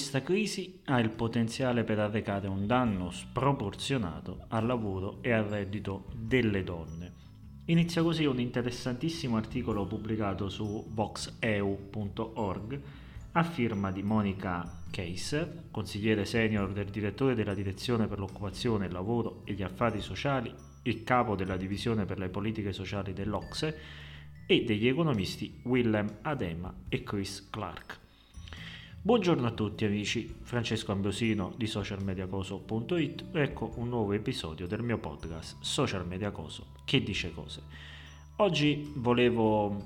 Questa crisi ha il potenziale per arrecare un danno sproporzionato al lavoro e al reddito delle donne. Inizia così un interessantissimo articolo pubblicato su voxeu.org a firma di Monica Keiser, consigliere senior del direttore della Direzione per l'Occupazione, il Lavoro e gli Affari Sociali e capo della Divisione per le Politiche Sociali dell'Ocse, e degli economisti Willem Adema e Chris Clark. Buongiorno a tutti amici, Francesco Ambrosino di socialmediacoso.it. Ecco un nuovo episodio del mio podcast Social Media Coso, che dice cose. Oggi volevo,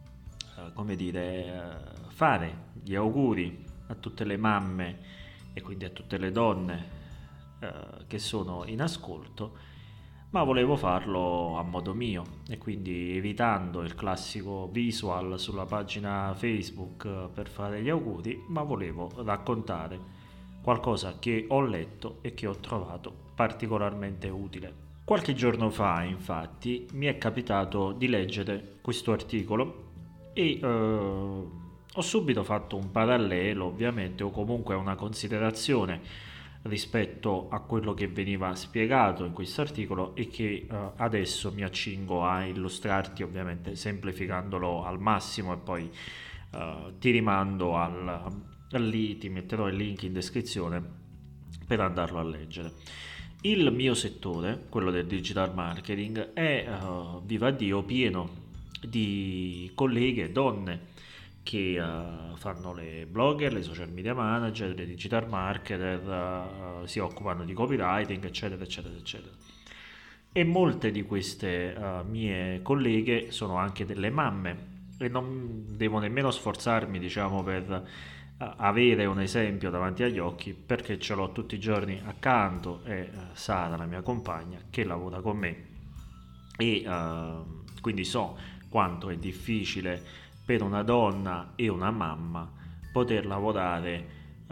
fare gli auguri a tutte le mamme e quindi a tutte le donne che sono in ascolto, ma volevo farlo a modo mio e quindi evitando il classico visual sulla pagina Facebook per fare gli auguri, ma volevo raccontare qualcosa che ho letto e che ho trovato particolarmente utile. Qualche giorno fa, infatti, mi è capitato di leggere questo articolo e ho subito fatto un parallelo, ovviamente, o comunque una considerazione rispetto a quello che veniva spiegato in questo articolo e che adesso mi accingo a illustrarti, ovviamente semplificandolo al massimo, e poi ti rimando lì, ti metterò il link in descrizione per andarlo a leggere. Il mio settore, quello del digital marketing, è viva Dio pieno di colleghe donne che fanno le blogger, le social media manager, le digital marketer, si occupano di copywriting, eccetera, eccetera, eccetera. E molte di queste mie colleghe sono anche delle mamme e non devo nemmeno sforzarmi, diciamo, per avere un esempio davanti agli occhi, perché ce l'ho tutti i giorni accanto, è Sara, la mia compagna, che lavora con me e quindi so quanto è difficile per una donna e una mamma poter lavorare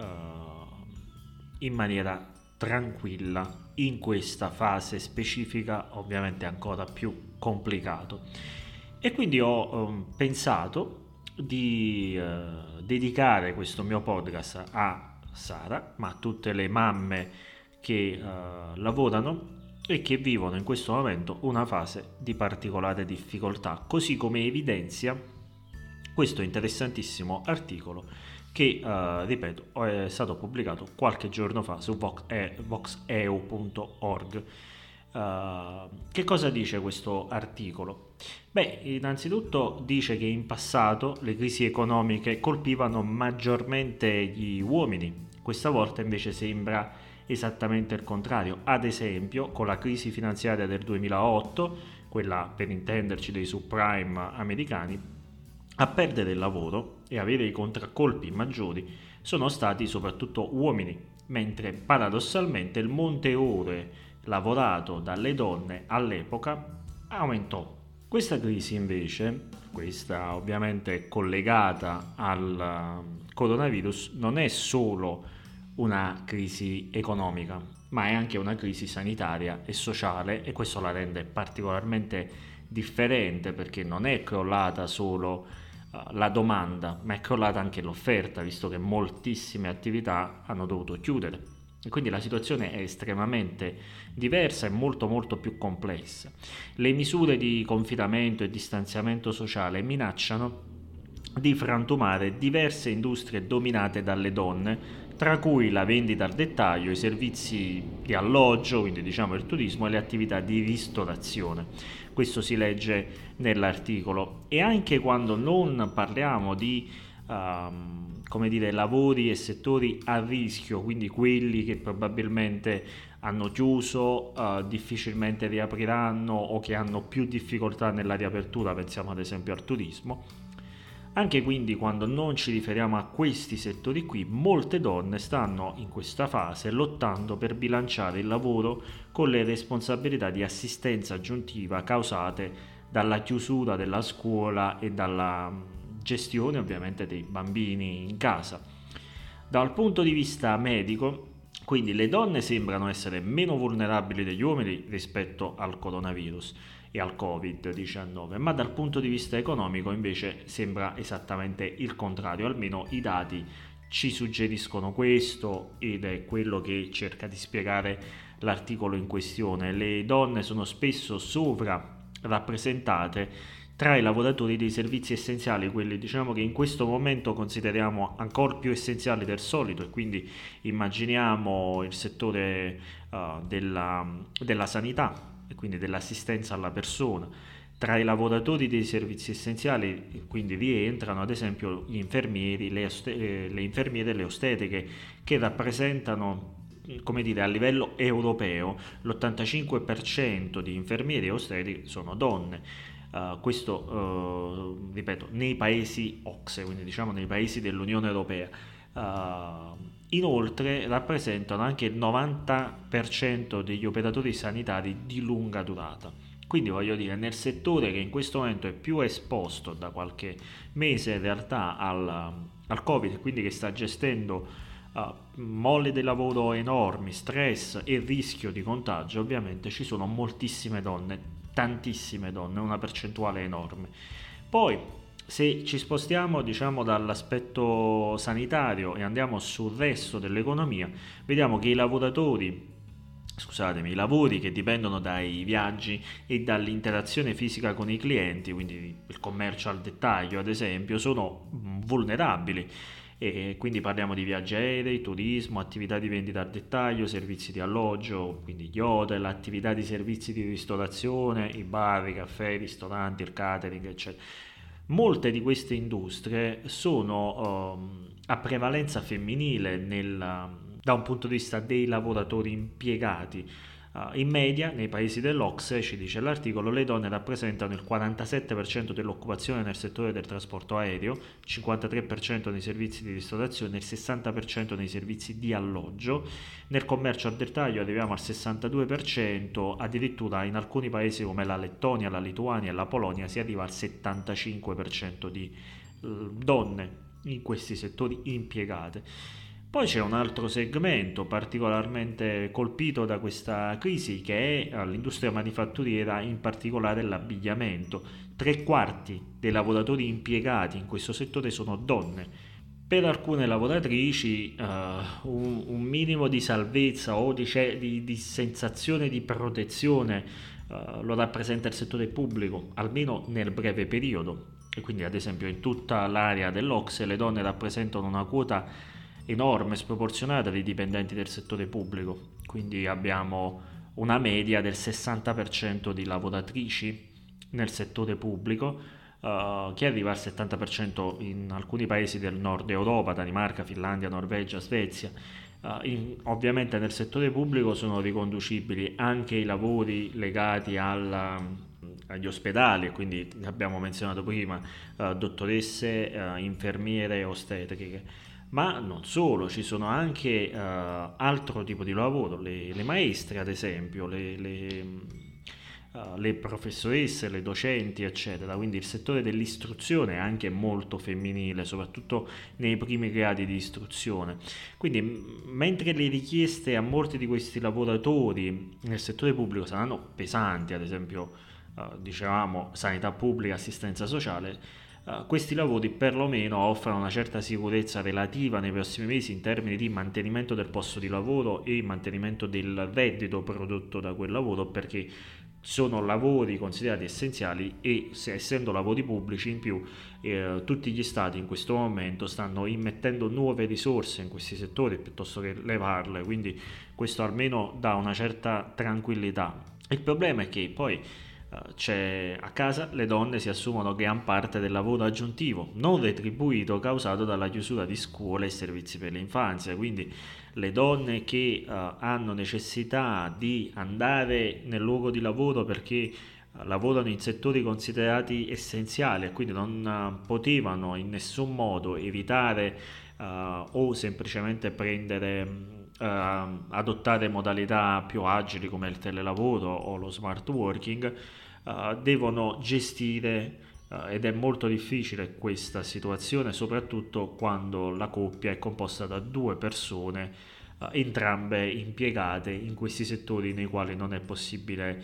in maniera tranquilla in questa fase specifica, ovviamente ancora più complicato. E quindi ho pensato di dedicare questo mio podcast a Sara, ma a tutte le mamme che lavorano e che vivono in questo momento una fase di particolare difficoltà, così come evidenzia questo interessantissimo articolo che, ripeto, è stato pubblicato qualche giorno fa su voxeu.org. Che cosa dice questo articolo? Beh, innanzitutto dice che in passato le crisi economiche colpivano maggiormente gli uomini, questa volta invece sembra esattamente il contrario. Ad esempio, con la crisi finanziaria del 2008, quella per intenderci dei subprime americani, a perdere il lavoro e avere i contraccolpi maggiori sono stati soprattutto uomini, mentre paradossalmente il monte ore lavorato dalle donne all'epoca aumentò. Questa crisi invece, questa ovviamente collegata al coronavirus, non è solo una crisi economica, ma è anche una crisi sanitaria e sociale, e questo la rende particolarmente differente, perché non è crollata solo la domanda, ma è crollata anche l'offerta, visto che moltissime attività hanno dovuto chiudere. E quindi la situazione è estremamente diversa e molto molto più complessa. Le misure di confinamento e distanziamento sociale minacciano di frantumare diverse industrie dominate dalle donne, tra cui la vendita al dettaglio, i servizi di alloggio, quindi diciamo il turismo, e le attività di ristorazione. Questo si legge nell'articolo. E anche quando non parliamo di lavori e settori a rischio, quindi quelli che probabilmente hanno chiuso, difficilmente riapriranno o che hanno più difficoltà nella riapertura, pensiamo ad esempio al turismo. Anche quindi quando non ci riferiamo a questi settori qui, molte donne stanno in questa fase lottando per bilanciare il lavoro con le responsabilità di assistenza aggiuntiva causate dalla chiusura della scuola e dalla gestione ovviamente dei bambini in casa. Dal punto di vista medico, quindi le donne sembrano essere meno vulnerabili degli uomini rispetto al coronavirus e al Covid-19, ma dal punto di vista economico invece sembra esattamente il contrario, almeno i dati ci suggeriscono questo, ed è quello che cerca di spiegare l'articolo in questione. Le donne sono spesso sovrarappresentate tra i lavoratori dei servizi essenziali, quelli diciamo che in questo momento consideriamo ancora più essenziali del solito, e quindi immaginiamo il settore della sanità e quindi dell'assistenza alla persona. Tra i lavoratori dei servizi essenziali quindi rientrano ad esempio gli infermieri, le infermiere e le ostetriche, che rappresentano, come dire, a livello europeo l'85% di infermieri e ostetriche sono donne. Questo, ripeto, nei paesi OCSE, quindi diciamo nei paesi dell'Unione Europea. Inoltre rappresentano anche il 90% degli operatori sanitari di lunga durata. Quindi voglio dire, nel settore che in questo momento è più esposto da qualche mese in realtà al Covid, quindi che sta gestendo molle di lavoro enormi, stress e rischio di contagio, ovviamente ci sono moltissime donne, tantissime donne, una percentuale enorme. Poi, se ci spostiamo diciamo dall'aspetto sanitario e andiamo sul resto dell'economia, vediamo che i lavori che dipendono dai viaggi e dall'interazione fisica con i clienti, quindi il commercio al dettaglio ad esempio, sono vulnerabili. E quindi parliamo di viaggi aerei, turismo, attività di vendita al dettaglio, servizi di alloggio, quindi gli hotel, attività di servizi di ristorazione, i bar, i caffè, i ristoranti, il catering, eccetera. Molte di queste industrie sono a prevalenza femminile da un punto di vista dei lavoratori impiegati. In media, nei paesi dell'OCSE, ci dice l'articolo, le donne rappresentano il 47% dell'occupazione nel settore del trasporto aereo, il 53% nei servizi di ristorazione, il 60% nei servizi di alloggio. Nel commercio al dettaglio arriviamo al 62%, addirittura in alcuni paesi come la Lettonia, la Lituania e la Polonia si arriva al 75% di donne in questi settori impiegate. Poi c'è un altro segmento particolarmente colpito da questa crisi, che è l'industria manifatturiera, in particolare l'abbigliamento. Tre quarti dei lavoratori impiegati in questo settore sono donne. Per alcune lavoratrici un minimo di salvezza o di sensazione di protezione lo rappresenta il settore pubblico, almeno nel breve periodo. E quindi ad esempio in tutta l'area dell'OCSE le donne rappresentano una quota enorme, sproporzionata di dipendenti del settore pubblico. Quindi abbiamo una media del 60% di lavoratrici nel settore pubblico, che arriva al 70% in alcuni paesi del nord Europa, Danimarca, Finlandia, Norvegia, Svezia. Ovviamente nel settore pubblico sono riconducibili anche i lavori legati agli ospedali, quindi abbiamo menzionato prima dottoresse, infermiere, ostetriche. Ma non solo, ci sono anche altro tipo di lavoro, le maestre ad esempio, le professoresse, le docenti, eccetera. Quindi il settore dell'istruzione è anche molto femminile, soprattutto nei primi gradi di istruzione. Quindi mentre le richieste a molti di questi lavoratori nel settore pubblico saranno pesanti, ad esempio dicevamo sanità pubblica, assistenza sociale, questi lavori perlomeno offrono una certa sicurezza relativa nei prossimi mesi in termini di mantenimento del posto di lavoro e mantenimento del reddito prodotto da quel lavoro, perché sono lavori considerati essenziali e essendo lavori pubblici in più tutti gli stati in questo momento stanno immettendo nuove risorse in questi settori piuttosto che levarle, quindi questo almeno dà una certa tranquillità. Il problema è che poi a casa le donne si assumono gran parte del lavoro aggiuntivo non retribuito causato dalla chiusura di scuole e servizi per l'infanzia, quindi le donne che hanno necessità di andare nel luogo di lavoro perché lavorano in settori considerati essenziali e quindi non potevano in nessun modo evitare o semplicemente adottare modalità più agili come il telelavoro o lo smart working, devono gestire ed è molto difficile questa situazione, soprattutto quando la coppia è composta da due persone, entrambe impiegate in questi settori nei quali non è possibile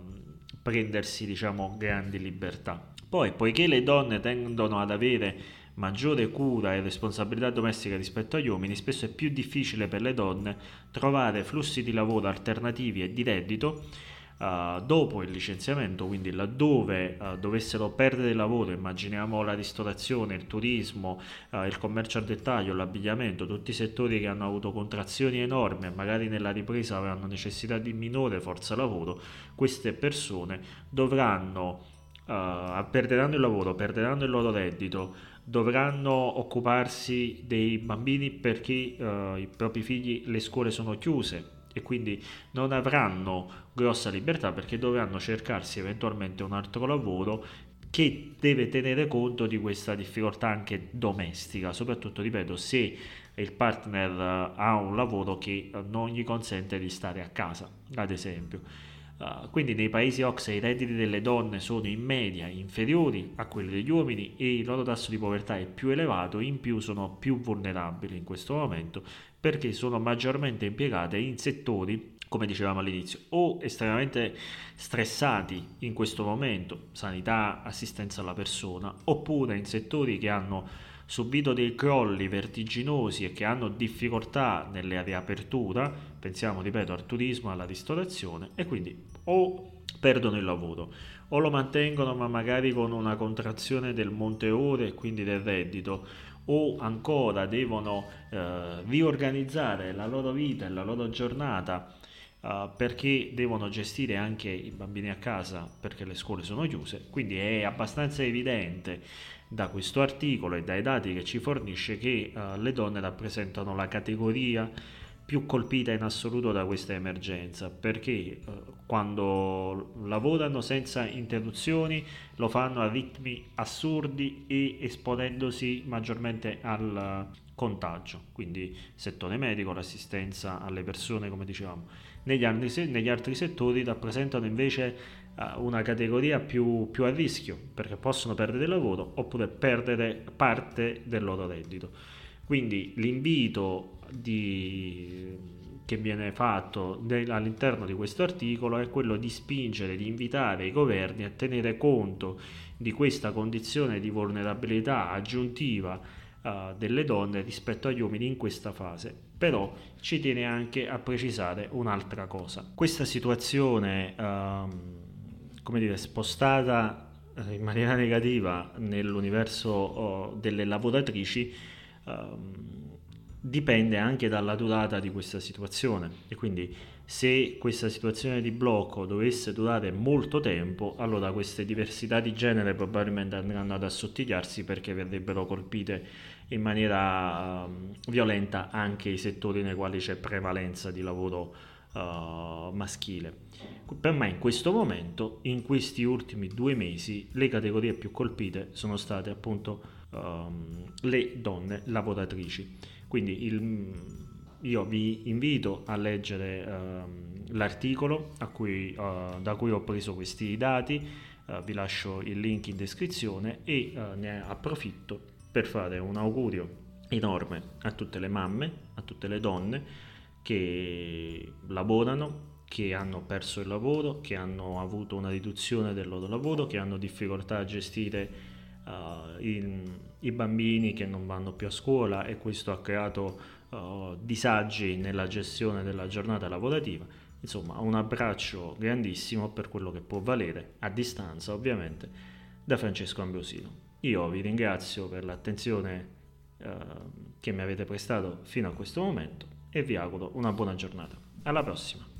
prendersi, diciamo, grandi libertà. Poi, poiché le donne tendono ad avere maggiore cura e responsabilità domestica rispetto agli uomini, spesso è più difficile per le donne trovare flussi di lavoro alternativi e di reddito dopo il licenziamento, quindi laddove dovessero perdere il lavoro, immaginiamo la ristorazione, il turismo, il commercio al dettaglio, l'abbigliamento, tutti i settori che hanno avuto contrazioni enormi e magari nella ripresa avranno necessità di minore forza lavoro, queste persone dovranno perderanno il lavoro, perderanno il loro reddito, dovranno occuparsi dei bambini perché i propri figli le scuole sono chiuse e quindi non avranno grossa libertà perché dovranno cercarsi eventualmente un altro lavoro che deve tenere conto di questa difficoltà anche domestica, soprattutto ripeto se il partner ha un lavoro che non gli consente di stare a casa, ad esempio. Quindi nei paesi OXE i redditi delle donne sono in media inferiori a quelli degli uomini e il loro tasso di povertà è più elevato, in più sono più vulnerabili in questo momento perché sono maggiormente impiegate in settori, come dicevamo all'inizio, o estremamente stressati in questo momento, sanità, assistenza alla persona, oppure in settori che hanno subito dei crolli vertiginosi e che hanno difficoltà nelle riapertura, pensiamo, ripeto, al turismo, alla ristorazione, e quindi o perdono il lavoro o lo mantengono ma magari con una contrazione del monte ore e quindi del reddito, o ancora devono riorganizzare la loro vita e la loro giornata perché devono gestire anche i bambini a casa perché le scuole sono chiuse. Quindi è abbastanza evidente da questo articolo e dai dati che ci fornisce che le donne rappresentano la categoria più colpita in assoluto da questa emergenza perché quando lavorano senza interruzioni lo fanno a ritmi assurdi e esponendosi maggiormente al contagio, quindi settore medico, l'assistenza alle persone come dicevamo. Negli altri settori rappresentano invece una categoria più a rischio perché possono perdere il lavoro oppure perdere parte del loro reddito. Quindi l'invito che viene fatto all'interno di questo articolo è quello di spingere, di invitare i governi a tenere conto di questa condizione di vulnerabilità aggiuntiva delle donne rispetto agli uomini in questa fase. Però ci tiene anche a precisare un'altra cosa. Questa situazione, come dire, spostata in maniera negativa nell'universo delle lavoratrici, dipende anche dalla durata di questa situazione e quindi se questa situazione di blocco dovesse durare molto tempo, allora queste diversità di genere probabilmente andranno ad assottigliarsi perché verrebbero colpite in maniera violenta anche i settori nei quali c'è prevalenza di lavoro maschile. Per me in questo momento, in questi ultimi 2 mesi, le categorie più colpite sono state appunto le donne lavoratrici. Quindi io vi invito a leggere l'articolo da cui ho preso questi dati, vi lascio il link in descrizione e ne approfitto per fare un augurio enorme a tutte le mamme, a tutte le donne che lavorano, che hanno perso il lavoro, che hanno avuto una riduzione del loro lavoro, che hanno difficoltà a gestire i bambini che non vanno più a scuola e questo ha creato disagi nella gestione della giornata lavorativa. Insomma, un abbraccio grandissimo per quello che può valere, a distanza ovviamente, da Francesco Ambrosino. Io vi ringrazio per l'attenzione che mi avete prestato fino a questo momento e vi auguro una buona giornata. Alla prossima!